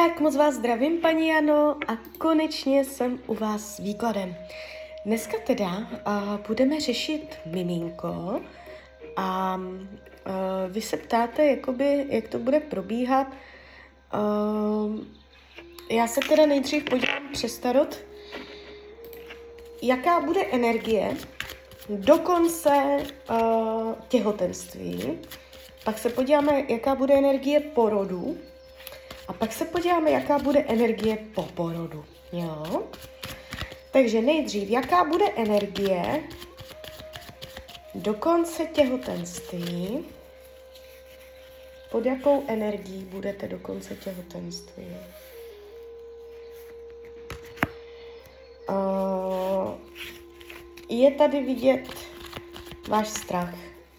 Tak moc vás zdravím, paní Jano, a konečně jsem u vás s výkladem. Dneska teda budeme řešit miminko a vy se ptáte, jakoby, jak to bude probíhat. Já se teda nejdřív podívám přes tarot, jaká bude energie do konce těhotenství. Pak se podíváme, jaká bude energie porodu. A pak se podíváme, jaká bude energie po porodu. Jo? Takže nejdřív, jaká bude energie do konce těhotenství. Pod jakou energií budete do konce těhotenství? Je tady vidět váš strach.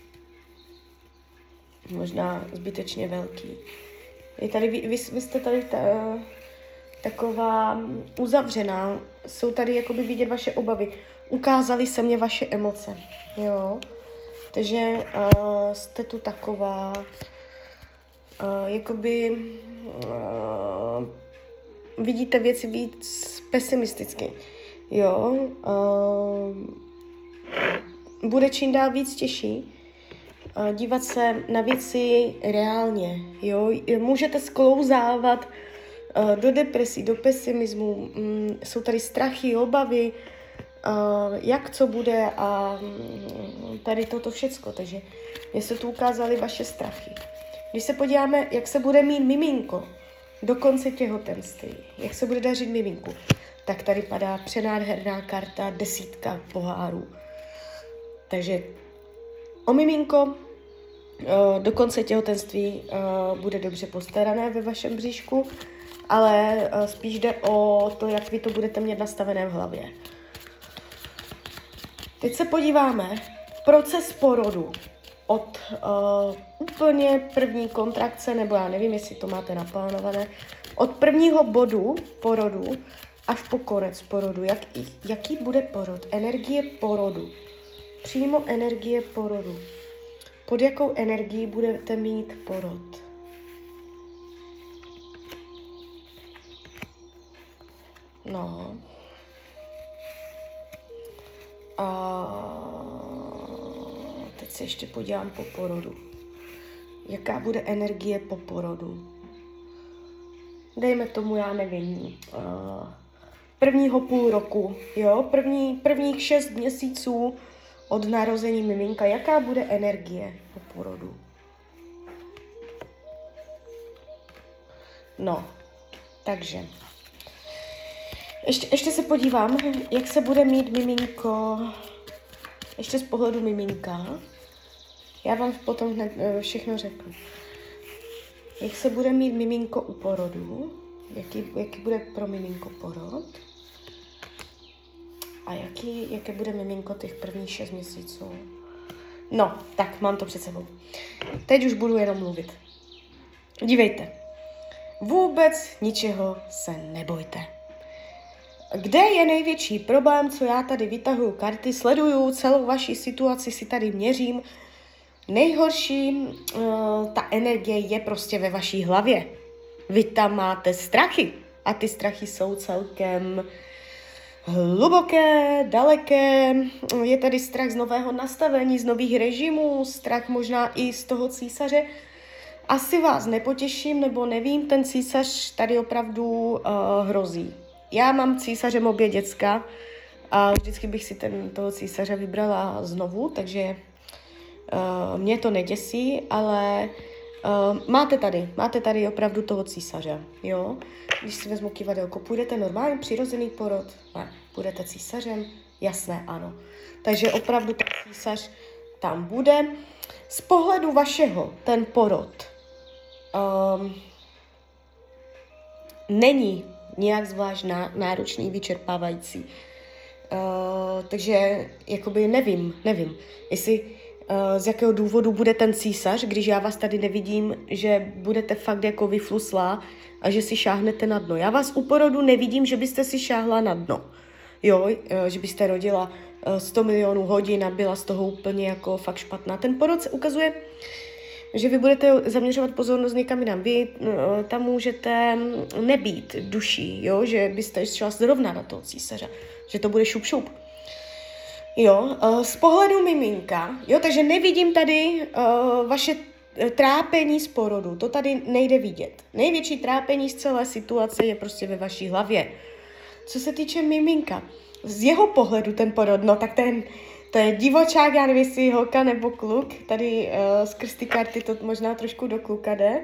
Možná zbytečně velký. Je tady, vy jste tady taková uzavřená, jsou tady jakoby vidět vaše obavy, ukázaly se mně vaše emoce, jo, takže jste tu taková, jakoby vidíte věci víc pesimisticky, jo, bude čím dál víc těžší dívat se na věci reálně, jo? Můžete sklouzávat do depresí, do pesimismu, jsou tady strachy, obavy, jak co bude a tady toto všecko, takže mě se tu ukázaly vaše strachy. Když se podíváme, jak se bude mít miminko do konce těhotenství, jak se bude dařit miminku, tak tady padá přenádherná karta 10 pohárů. Takže o miminko do konce těhotenství bude dobře postarané ve vašem bříšku, ale spíš jde o to, jak vy to budete mít nastavené v hlavě. Teď se podíváme proces porodu od úplně první kontrakce, nebo já nevím, jestli to máte naplánované, od prvního bodu porodu až po konec porodu. Jaký bude porod? Energie porodu. Přímo energie porodu. Pod jakou energií budete mít porod? No. A teď se ještě podívám po porodu. Jaká bude energie po porodu? Dejme tomu, já nevím, prvního půl roku, jo? Prvních 6 měsíců od narození miminka, jaká bude energie po porodu? No, takže. Ještě se podívám, jak se bude mít miminko, ještě z pohledu miminka. Já vám potom hned všechno řeknu. Jak se bude mít miminko u porodu, jaký bude pro miminko porod. A jaké bude miminko těch prvních 6 měsíců? No, tak mám to před sebou. Teď už budu jenom mluvit. Dívejte. Vůbec ničeho se nebojte. Kde je největší problém, co já tady vytahuju karty, sleduju celou vaši situaci, si tady měřím. Nejhorší, ta energie je prostě ve vaší hlavě. Vy tam máte strachy a ty strachy jsou celkem hluboké, daleké, je tady strach z nového nastavení, z nových režimů, strach možná i z toho císaře. Asi vás nepotěším, nebo nevím, ten císař tady opravdu hrozí. Já mám císařem obě děcka a vždycky bych si toho císaře vybrala znovu, takže mě to neděsí, ale máte tady opravdu toho císaře, jo? Když si vezmu kivadelko, půjdete normálně přirozený porod? Ne, půjdete císařem? Jasné, ano. Takže opravdu ten císař tam bude. Z pohledu vašeho ten porod není nějak zvlášť náročný, vyčerpávající. Takže jakoby nevím, jestli z jakého důvodu bude ten císař, když já vás tady nevidím, že budete fakt jako vyfluslá a že si šáhnete na dno. Já vás u porodu nevidím, že byste si šáhla na dno. Jo, že byste rodila 100 milionů hodin a byla z toho úplně jako fakt špatná. Ten porod se ukazuje že vy budete zaměřovat pozornost někam jinam. Vy tam můžete nebýt duší, jo, že byste šla zrovna na toho císaře, že to bude šup šup. Jo, z pohledu miminka, jo, takže nevidím tady vaše trápení z porodu, to tady nejde vidět. Největší trápení z celé situace je prostě ve vaší hlavě. Co se týče miminka, z jeho pohledu ten porod, no tak to je divočák, já nevím, jestli holka nebo kluk, tady skrz ty karty to možná trošku do kluka jde.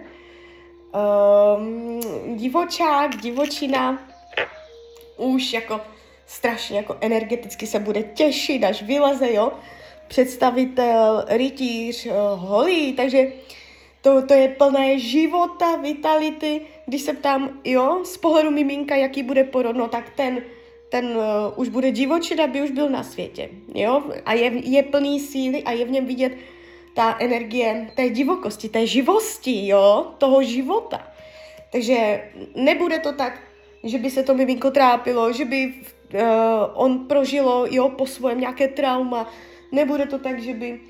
Divočák, divočina, už jako strašně jako energeticky se bude těšit, až vyleze, jo, představitel, rytíř, holý, takže to je plné života, vitality. Když se ptám, jo, z pohledu miminka, jaký bude porod, no tak ten už bude divočina, aby už byl na světě, jo, a je plný síly a je v něm vidět ta energie té divokosti, té živosti, jo, toho života. Takže nebude to tak, že by se to miminko trápilo, že by on prožilo, jo, po svém nějaké trauma. Nebude to tak, že by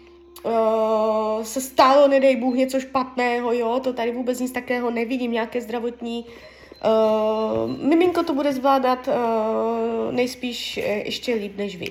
se stalo, nedej Bůh, něco špatného, jo, to tady vůbec nic takového nevidím, nějaké zdravotní. Miminko to bude zvládat nejspíš ještě líp než vy.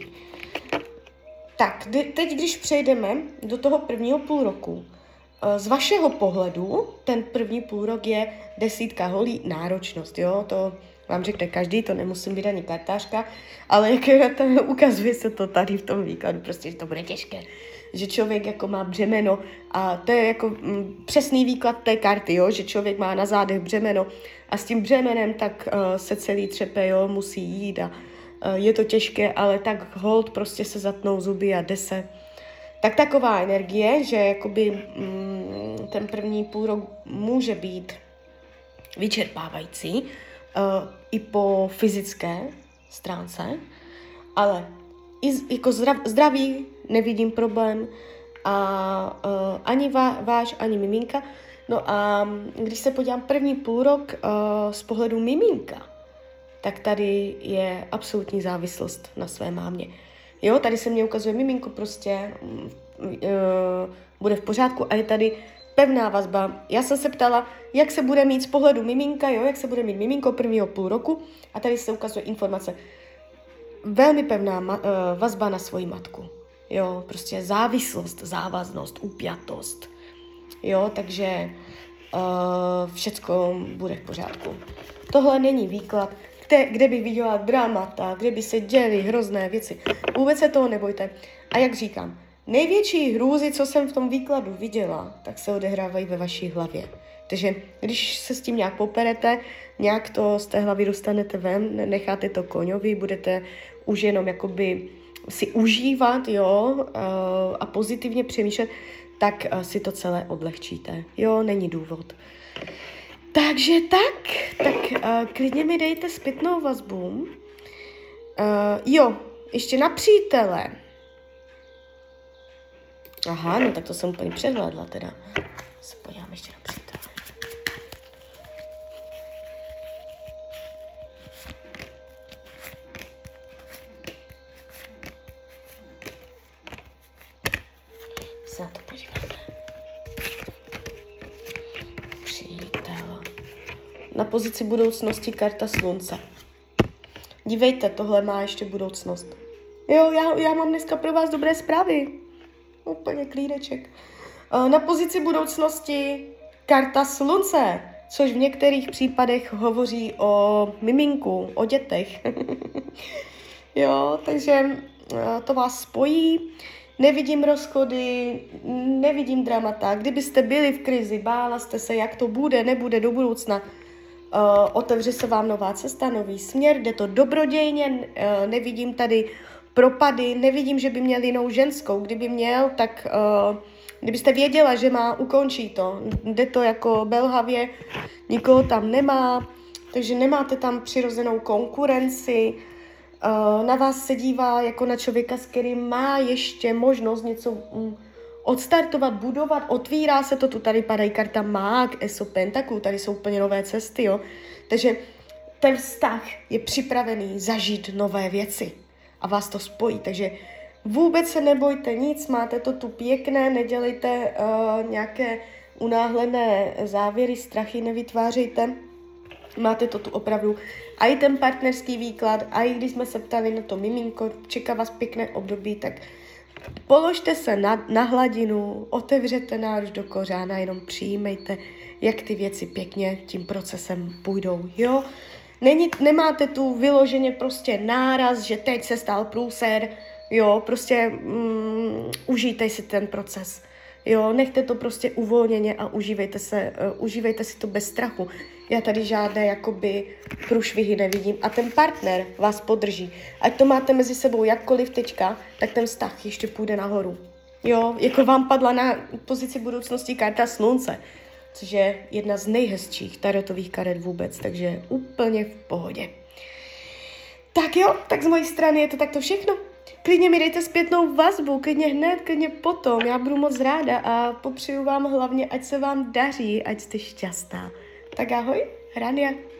Tak, teď když přejdeme do toho prvního půl roku, z vašeho pohledu ten první půl rok je 10 holí, náročnost, jo, to vám řekne každý, to nemusím být ani kartářka, ale ukazuje se to tady v tom výkladu, prostě, že to bude těžké, že člověk jako má břemeno a to je jako přesný výklad té karty, jo, že člověk má na zádech břemeno a s tím břemenem tak se celý třepe, jo, musí jít a je to těžké, ale tak hold prostě se zatnou zuby a jde se. Tak taková energie, že jakoby ten první půl rok může být vyčerpávající i po fyzické stránce, ale i jako zdraví nevidím problém a ani váš, ani miminka. No a když se podívám první půl rok z pohledu miminka, tak tady je absolutní závislost na své mámě. Jo, tady se mně ukazuje miminko prostě bude v pořádku a je tady pevná vazba. Já jsem se ptala, jak se bude mít z pohledu miminka, jo, jak se bude mít miminko prvního půl roku a tady se ukazuje informace. Velmi pevná vazba na svoji matku. Jo, prostě závislost, závaznost, upjatost. Jo, takže všecko bude v pořádku. Tohle není výklad, kde by viděla dramata, kde by se děly hrozné věci. Vůbec se toho nebojte. A jak říkám, největší hrůzy, co jsem v tom výkladu viděla, tak se odehrávají ve vaší hlavě. Takže když se s tím nějak poperete, nějak to z té hlavy dostanete ven, necháte to koňovi, budete už jenom jakoby si užívat, jo, a pozitivně přemýšlet, tak si to celé odlehčíte. Jo, není důvod. Takže tak klidně mi dejte zpětnou vazbu. Jo, ještě na přítele. Aha, no tak to jsem úplně přehlédla teda. Se podívám ještě na přítele. Se na to podíváme. Přítel. Na pozici budoucnosti karta slunce. Dívejte, tohle má ještě budoucnost. Jo, já mám dneska pro vás dobré zprávy. Úplně klídeček. Na pozici budoucnosti karta slunce, což v některých případech hovoří o miminku, o dětech. Jo, takže to vás spojí. Nevidím rozchody, nevidím dramata. Kdybyste byli v krizi, bála jste se, jak to bude, nebude do budoucna, otevře se vám nová cesta, nový směr, jde to dobrodějně, nevidím tady propady, nevidím, že by měl jinou ženskou. Kdyby měl, tak kdybyste věděla, že má, ukončí to. Jde to jako belhavě, nikoho tam nemá, takže nemáte tam přirozenou konkurenci. Na vás se dívá jako na člověka, s kterým má ještě možnost něco odstartovat, budovat, otvírá se to, tu tady padají karta mák, eso pentaklů, tady jsou úplně nové cesty, jo. Takže ten vztah je připravený zažít nové věci a vás to spojí, takže vůbec se nebojte nic, máte to tu pěkné, nedělejte nějaké unáhlené závěry, strachy nevytvářejte. Máte to tu opravdu. A i ten partnerský výklad, a i když jsme se ptali na to miminko, čeká vás pěkné období, tak položte se na hladinu, otevřete náruč do kořána, jenom přijímejte, jak ty věci pěkně tím procesem půjdou, jo? Nemáte tu vyloženě prostě náraz, že teď se stal průser, jo, prostě užijte si ten proces, jo, nechte to prostě uvolněně a užívejte si to bez strachu. Já tady žádné jakoby průšvihy nevidím a ten partner vás podrží. Ať to máte mezi sebou jakkoliv teďka, tak ten vztah ještě půjde nahoru. Jo, jako vám padla na pozici budoucnosti karta slunce, což je jedna z nejhezčích tarotových karet vůbec, takže úplně v pohodě. Tak jo, tak z mojí strany je to takto všechno. Klidně mi dejte zpětnou vazbu, klidně hned, klidně potom, já budu moc ráda a popřeju vám hlavně, ať se vám daří, ať jste šťastná. Tak ahoj, Rania.